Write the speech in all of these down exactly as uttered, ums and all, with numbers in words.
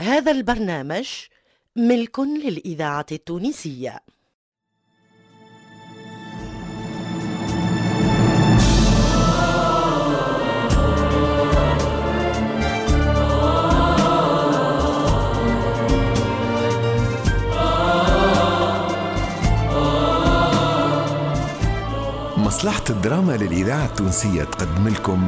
هذا البرنامج ملك للإذاعة التونسية. مصلحة الدراما للإذاعة التونسية تقدم لكم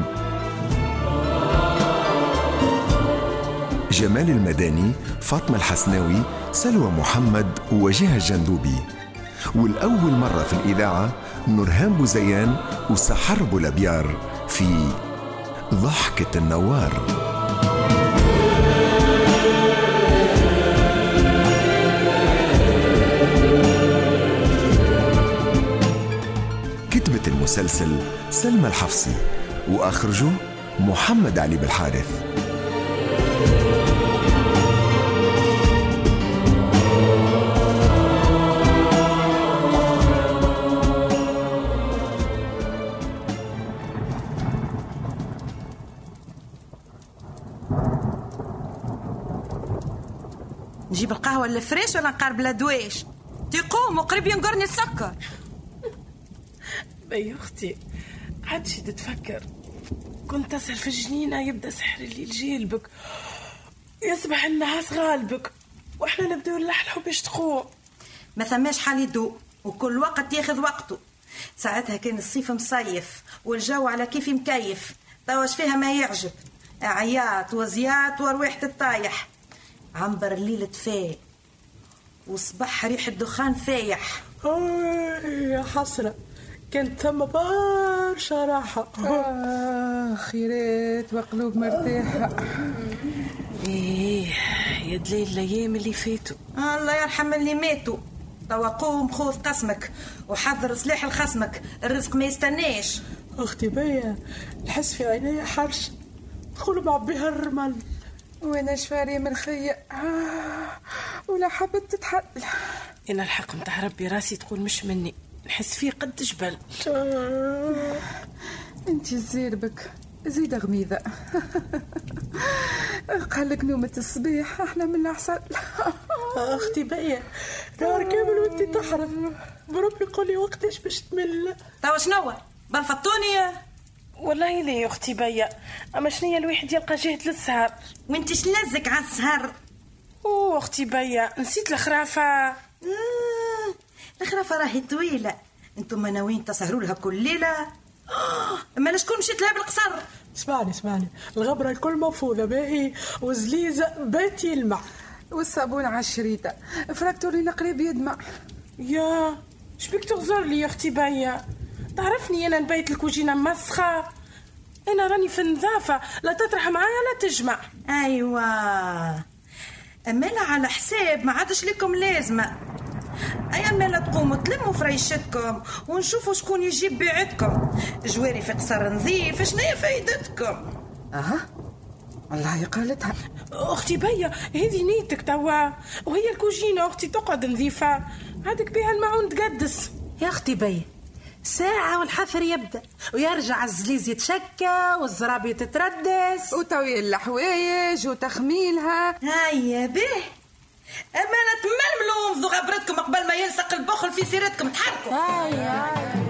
جمال المداني، فاطمة الحسناوي، سلوى محمد ووجيه الجندوبي. والأول مرة في الإذاعة نورهان بوزيان وسحر بولابيار في ضحكة النوار. كتبت المسلسل سلمى الحفصي وأخرجه محمد علي بالحارث. نجيب القهوة الفريش ولا نقارب الأدواش؟ تقوم وقريب ينقرني السكر. بي أختي عادش تتفكر، كنت أسهل في الجنينة يبدأ سحر الليل جيلبك، يصبح النعاس غالبك وإحنا نبدأ نلحلحوا باش تقوم. ما ثماش حال يدوق وكل وقت ياخذ وقته. ساعتها كان الصيف مصيف والجو على كيف مكيف، تواش فيها ما يعجب، عياط وزيات ورواحة الطايح. عنبر الليل تفاي وصبح ريح الدخان فايح. يا حسرة، كانت ثم برشا راحة. آه خيرات وقلوب مرتاحة. ايه يا دليل الايام اللي فاتوا. الله يرحم اللي ماتوا. توا قوم خذ قسمك وحضر سلاح الخصمك، الرزق ما يستناش. اختي بيا نحس في عيني حرش دخلوا معبيها الرمل وانا شواري مرخية آه ولا حبت تتحل. انا الحق متاع ربي راسي تقول مش مني، نحس فيه قد جبل. آه. انتي زيربك زيد غميضة. قالك نومة الصبيح احنا من العسل. اختي بيا نهار كامل وانتي تحرم، بربي قولي وقتاش باش تمل. توا شنو بنفطوني؟ والله لي يا اختي بيا، اما شنيا الواحد يلقى جهد للسهر. وانت شنزك على السهر؟ اوه اختي بيا نسيت الخرافه. آه. الخرافه راهي طويله، انتم ناويين تسهروا لها كل ليله. آه. اما لشكون مشيت لها بالقصر؟ اسمعني اسمعني، الغبره الكل مفوضه باهي وزليزه بيت يلمع والصابون على الشريطه فراكتورينا قريب يدمع. يا شبيك تغزر لي يا اختي بيا؟ تعرفني انا نبيت الكوجينه مسخه، انا راني في النظافه، لا تطرح معايا لا تجمع. ايوه اما لا على حساب ما عادش لكم لازمه. اي اما لا تقوموا تلموا فريشتكم ونشوفوا شكون يجيب بيعتكم. جواري في قصر نظيف، شنو فايدتكم؟ اها والله قالتها اختي بيا، هذه نيتك توا، وهي الكوجينه اختي تقعد نظيفه، عادك بها المعون تقدس. يا اختي بيا ساعة والحفر يبدأ ويرجع الزليز يتشكى والزرابي تتردس وطويل الحوايج وتخميلها. هيا به أما لا تململوا وانفضوا غبرتكم قبل ما يلصق البخل في سيرتكم. تحركوا. هيا هيا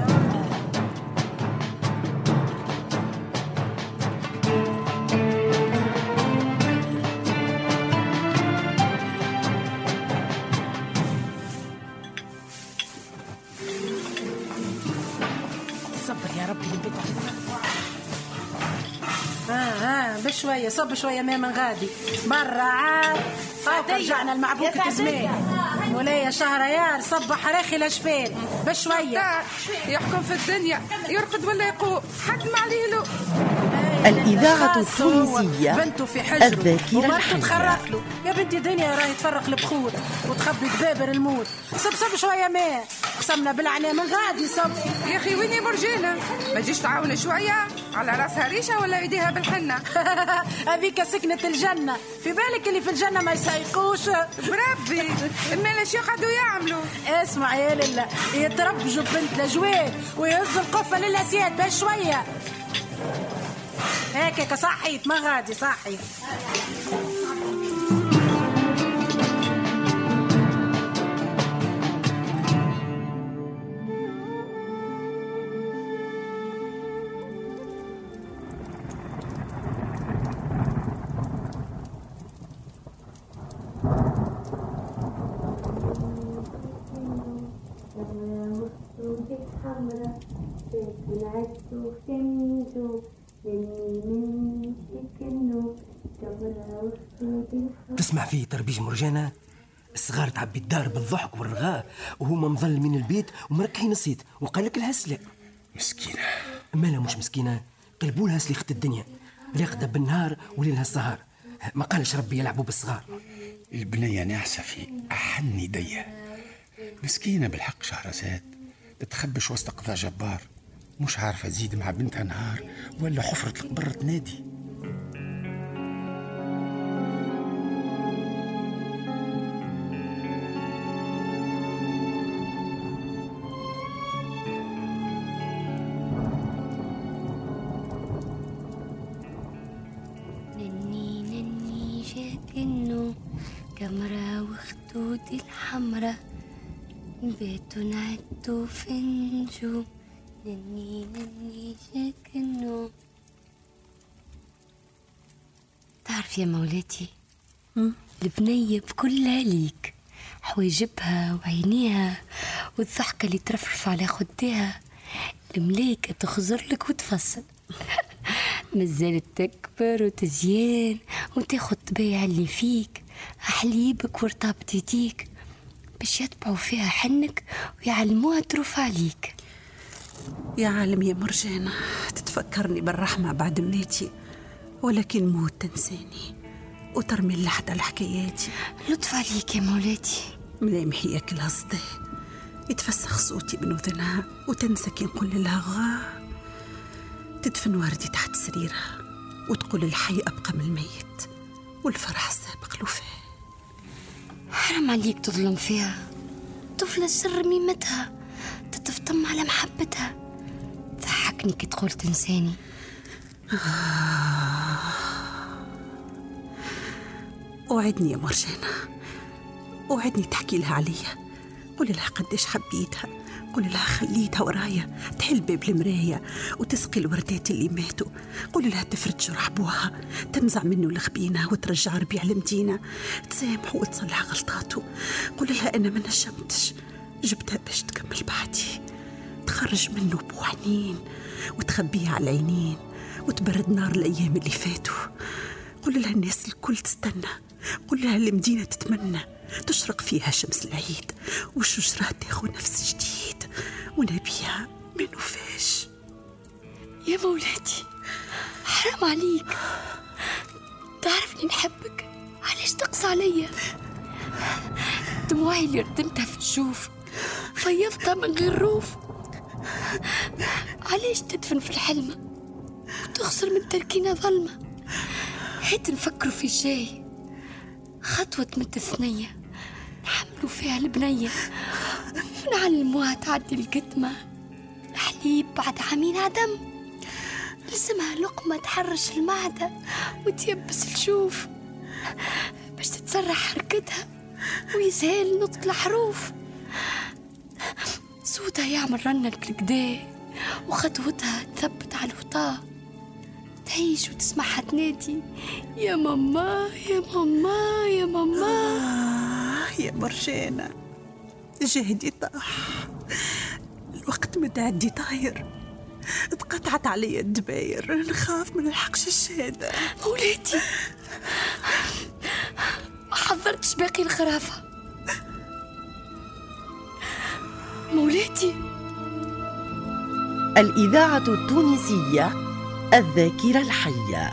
ها بشوية صب شوية ما من غادي برا عاد فوق رجعنا المعبوكة زمان. مولاي شهريار صبح راخي لشفال بشوية يحكم في الدنيا يرقد ولا يقوم حد ما عليه له. الإذاعة التونسية بنته في حجره الذاكرة الحية. تخرف له يا بنتي دنيا راهي تفرق البخور وتخبي دبابر الموت. صب صب شوية ماء قسمنا بالعناء من غادي صب. يا أخي وين يا مرجانة ما تجيش تعاون شوية على راسها ريشة ولا يديها بالحنة. هذيك سكنة الجنة، في بالك اللي في الجنة ما يسايقوش بربي المالاش يقعدوا يعملوا. اسمع يا لله يتربجوا بنت لجواد ويهزوا القفة للأسياد باش شوية هيك صحيت ما غادي صحيت. الحمراء بنعد وفنجو مني مني سكنو كبرة وخدود الحمراء. تسمع فيه تربيج مرجانة؟ الصغار تعبي الدار بالضحك والرغاء وهما مظل من البيت ومركحين الصيت وقالك الهسلة مسكينة. مالا مش مسكينة، قلبوا لها سليخة الدنيا، راقدة بالنهار وليلها السهر. ما قالش ربي يلعبوا بالصغار. البنية ناعسة في أحن يديها، مسكينة بالحق شهرزاد تتخبش وسط قضاء جبار، مش عارفة تزيد مع بنتها نهار ولا حفرة القبر تنادي. نني نني شاكنو كمرة وخدود الحمراء بيتو نعدو فنجو نني نني شاكنو. تعرف يا مولاتي البنية بكلها ليك، حواجبها وعينيها والضحكة اللي ترفرف على خدها، الملايكة تخزر لك وتفصل. مازالت تكبر وتزيان وتاخد طبيعة اللي فيك، أحليبك ورطابة يديك باش يتبعوا فيها حنك ويعلموها تروف عليك. يا عالم يا مرجانة، تتفكرني بالرحمة بعد منيتي، ولكن موت تنساني وترمي اللحظة لحكاياتي. لطف عليك يا مولاتي. ملامحي كلها صدى، يتفسخ صوتي من وذنها وتنسى كي نقول لها غا، تدفن وردي تحت سريرها وتقول الحي أبقى من الميت والفرح السابق له فيه. حرام عليك تظلم فيها، طفلة سر ميمتها تتفطم على محبتها. ضحكني كي تقول تنساني. آه. وعدني يا مرجانة، وعدني تحكي لها عليا، قولي لها قديش حبيتها، قولي لها خليتها ورايا تحل باب المراية وتسقي الوردات اللي ماتوا، قولي لها تفرد جرح بوها، تنزع منه الخبينة وترجع ربيع المدينة، تسامح وتصلح غلطاته. قولي لها أنا ما نجمتش، جبتها باش تكمل بعدي، تخرج منه بوحنين وتخبيه على العينين وتبرد نار الأيام اللي فاتوا. قولي لها الناس الكل تستنى، قولي لها المدينة تتمنى تشرق فيها شمس العيد والشجرات تاخو نفس جديد ونبيها ما نوفاش. يا مولاتي حرام عليك، تعرفني نحبك، علاش تقص عليا؟ دموعي اللي ردمتها في الجوف فيضتها من غير روف. علاش تدفن في الحلمة وتخسر من تركينا ظلمة؟ حيت نفكروا في الجاي، خطوة مد الثنية نحملوا فيها البنية ونعلموها تعدي القدمة. الحليب بعد عامين عدم، لزمها لقمة تحرش المعدة وتيبس الشوف باش تتسرع حركتها ويسهل نطق الحروف. صوتها يعمل رنة الكدا وخطوتها تثبت على الوطاه، تعيش وتسمعها تنادي يا ماما يا ماما يا ماما. آه يا مرجانة، جهدي طاح، الوقت متعدي طاير، اتقطعت علي الدباير، نخاف من الحقش الشهادة. مولاتي ما حضرتش باقي الخرافة. مولاتي. الإذاعة التونسية الذاكرة الحية.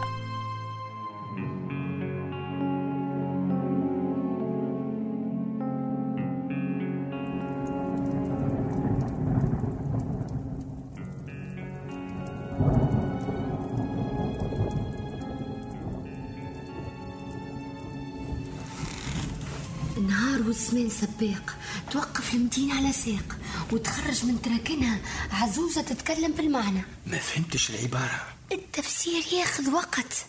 النهار والزمان سباق، توقف المدينة على ساق وتخرج من تراكنها عزوزة تتكلم بالمعنى. ما فهمتش العبارة. التفسير ياخذ وقت،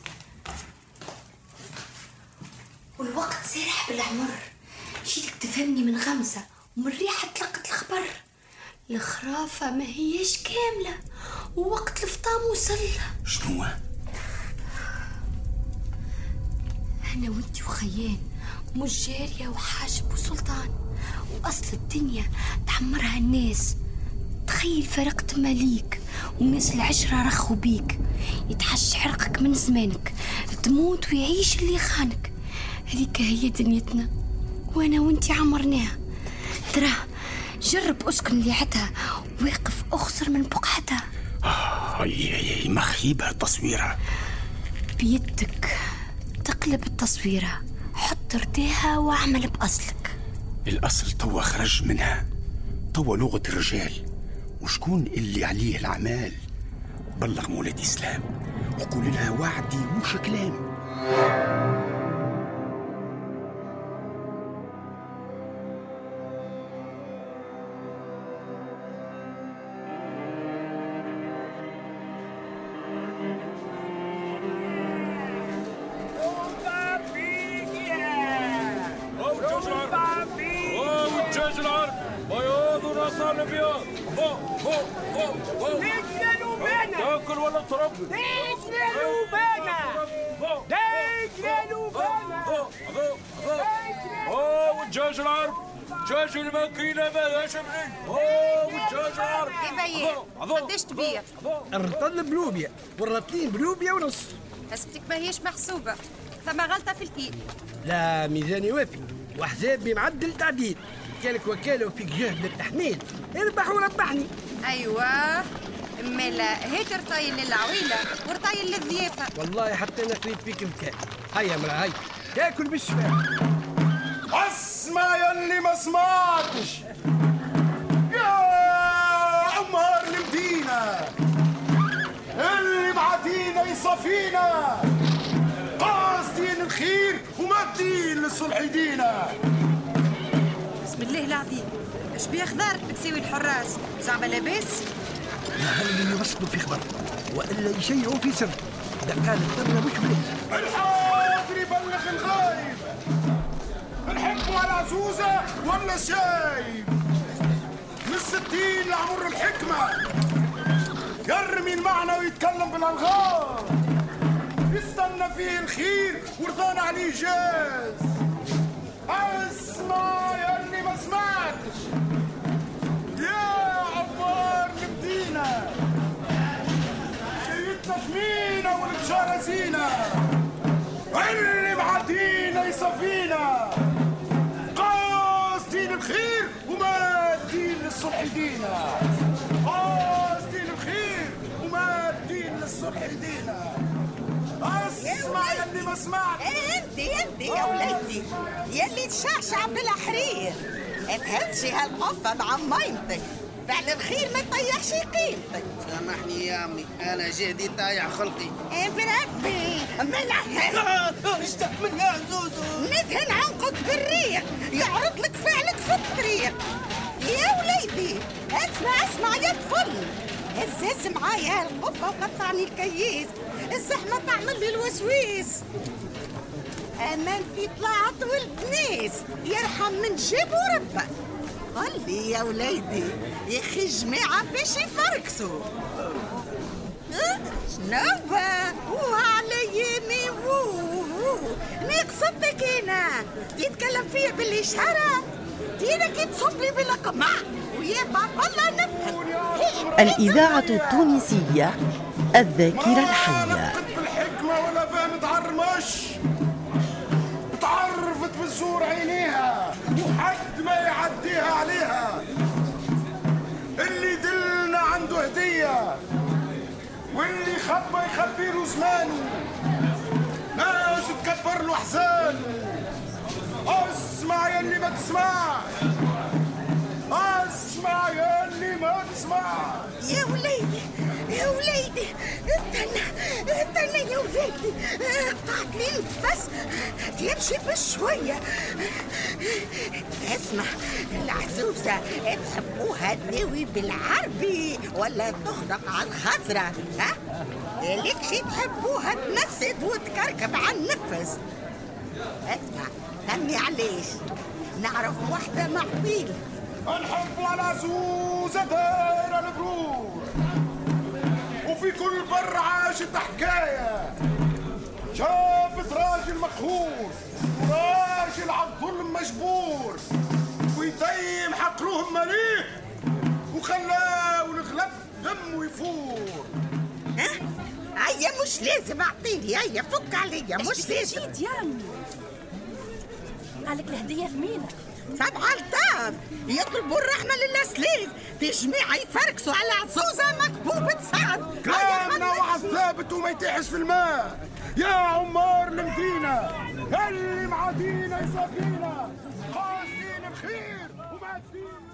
والوقت سارح بالعمر. جيتك تفهمني من غمزة ومن ريحة تلقت الخبر. الخرافة ما هيش كاملة ووقت الفطام وصل. شنو؟ أنا وانتي وخيان، مش جارية وحاجب وسلطان، وأصل الدنيا تعمرها الناس. تخيل فرقت ماليك وناس العشرة رخوا بيك، يتحش حرقك من زمانك، تموت ويعيش اللي خانك. هذيك هي دنيتنا وانا وانتي عمرناها. تراه جرب اسكن اللي عتها ويقف اخسر من بقعتها. آه هي مخيبة تصويرها بيدك تقلب التصويرة، حط رداها واعمل بأصلك. الأصل توا خرج منها، توا لغة الرجال، وشكون اللي عليه الأعمال؟ بلغ مولاتي إسلام وقول لها وعدي مش كلام. تاكل ولا تربي؟ ديك للوبانة ديك للوبانة اوه والدجاج العرب، دجاج الماكينة ماهاش منين. اوه والدجاج العرب كيف قداش تبيع؟ الرطل بلوبيا والرطلين بلوبيا ونص. حسبتك ماهيش محسوبة، ثم غلطة في الكيل. لا ميزاني وافي وحساب بمعدل تعديل. كانك وكاله وفيك جهد للتحميل اربح وربحني. ايوه ملا هيك رطايل للعويلة ورطايل للضيافة. والله حتى انا قريب فيك مكان. هيا مرا هيا تاكل بالشفاء. اسمع يا اللي ما سمعتش يا عمار المدينة، اللي بعدينا يصفينا، قاصدين الخير ومادين للصلح يدينا. بسم الله العظيم، اش بيخضرك بتساوي الحراس؟ زعما لاباس؟ هل يوصلوا في خبر والا يشيعوا في سر؟ دقان الضرة مش بلاد. الحاضر يبلغ الغايب، نحبوا على عزوزة ولا شايب، من الستين لعمر الحكمة، يرمي المعنى ويتكلم بالألغاز، يستنى فيه الخير ورضانا عليه جاز. اسمع يا اللي ما سمعتش يا عمار المدينة، سيدنا جميلة والبشارة زينة، اللي بعدينا يصفينا، قاصدين الخير ومادين للصلح يدينا، قاصدين الخير ومادين للصلح يدينا. اسمع يا اللي ما سمعت. انتي انتي يا وليدي يلي تشعشع بالاحرير، تهزي هالقفه بعمايمتك، فعل الخير ما يطيحش قيمتك. سامحني يا عمي انا جهدي طايح خلقي. ايه بربي ملحن استحمل يا عزوزو، ندهن عنقك بالريق يعرض لك فعلك في الطريق. يا وليدي اسمع اسمع يا طفل، هز هز معايا هالقفه وقطعني الكيس، الزحمه تعمل لي الوسويس. امانتي طلعت ولد ناس يرحم من جيبه ربك. قال لي يا وليدي يا اخي الجماعه باش يفركسوا. شنوبه وعلى يمي ووو نقصدك هنا تتكلم فيا باللي شهرة تينا كي تصب لي بالقمع ويا بابا الله نفهم. الإذاعة التونسية الذاكرة الحية. بالحكمة ولا فهم تعرمش، تعرفت بالزور عينيها وحد ما يعديها عليها. اللي دلنا عنده هدية واللي خبى يخبي له زمانه، ناس تكبر له حزانه. اسمع يا اللي ما تسمعش، اسمع يا اللي ما تسمع. يا وليدي يا وليدي استنى استنى يا وليدي، قطعت لي النفس تمشي بشوية. اسمع العزوزة تحبوها تناوي بالعربي ولا تخرق على الخضرة؟ ها؟ ليكشي تحبوها تنسد وتكركب على النفس. اسمع سمي عليش نعرف واحدة معقيلة نحبوا على عزوزة دايرة البرور، وفي كل بر عاشت حكاية، شافت راجل مقهور وراجل على الظلم مجبور، ويديم حقلوهم مليح وخلاه والغلب دمه يفور. ها؟ هيا مش لازم اعطيني، هيا فك عليا مش لازم. جيت يا امي. قالك الهديه ثمينه. سبع الطاف يطلبوا الرحمه للاسلاف، تجميع يفركسوا على عزوزه مكبوبه سعد. كلامنا وعظ ثابت وما يتيحش في الماء. يا عمار المدينه اللي معادينا يصافينا، قاصدين بخير ومعدين.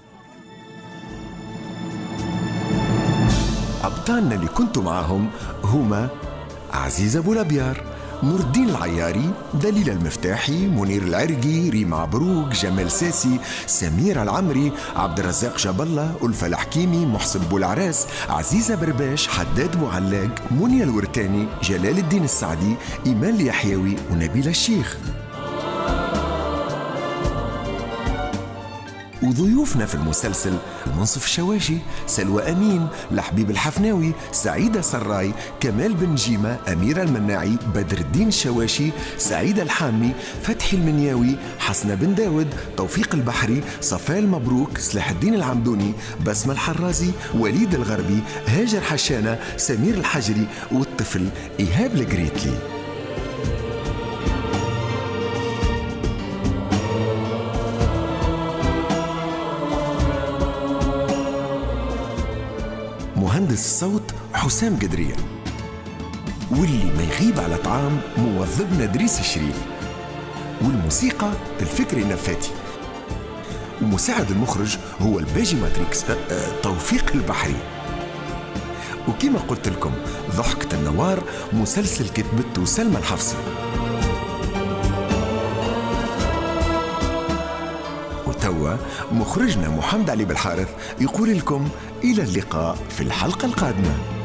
أبطالنا اللي كنتوا معاهم هما عزيز أبو الأبيار، نور الدين العياري، دليل المفتاحي، منير العرقي، ريم عبروك، جمال ساسي، سمير العمري، عبد الرزاق جاب الله، ألفة الحكيمي، محسن بولعراس، عزيزة برباش، حداد معلاق، منيا الورتاني، جلال الدين السعدي، إيمان اليحيوي ونبيل الشيخ. وضيوفنا في المسلسل المنصف الشواشي، سلوى أمين، لحبيب الحفناوي، سعيدة سراي، كمال بن جيمة، أميرة المناعي، بدر الدين الشواشي، سعيدة الحامي، فتحي المنياوي، حسنة بن داود، توفيق البحري، صفاء المبروك، سلاح الدين العمدوني، بسمة الحرازي، وليد الغربي، هاجر حشانة، سمير الحجري، والطفل إيهاب القريتلي. مهندس الصوت حسام قدرية، واللي ما يغيب على طعام موظفنا دريس الشريف، والموسيقى الفكري نفاتي، ومساعد المخرج هو الباجي ماتريكس توفيق البحري. وكما قلت لكم ضحكة النوار مسلسل كتبته سلمى الحفصي. وتوا مخرجنا محمد علي بالحارث يقول لكم إلى اللقاء في الحلقة القادمة.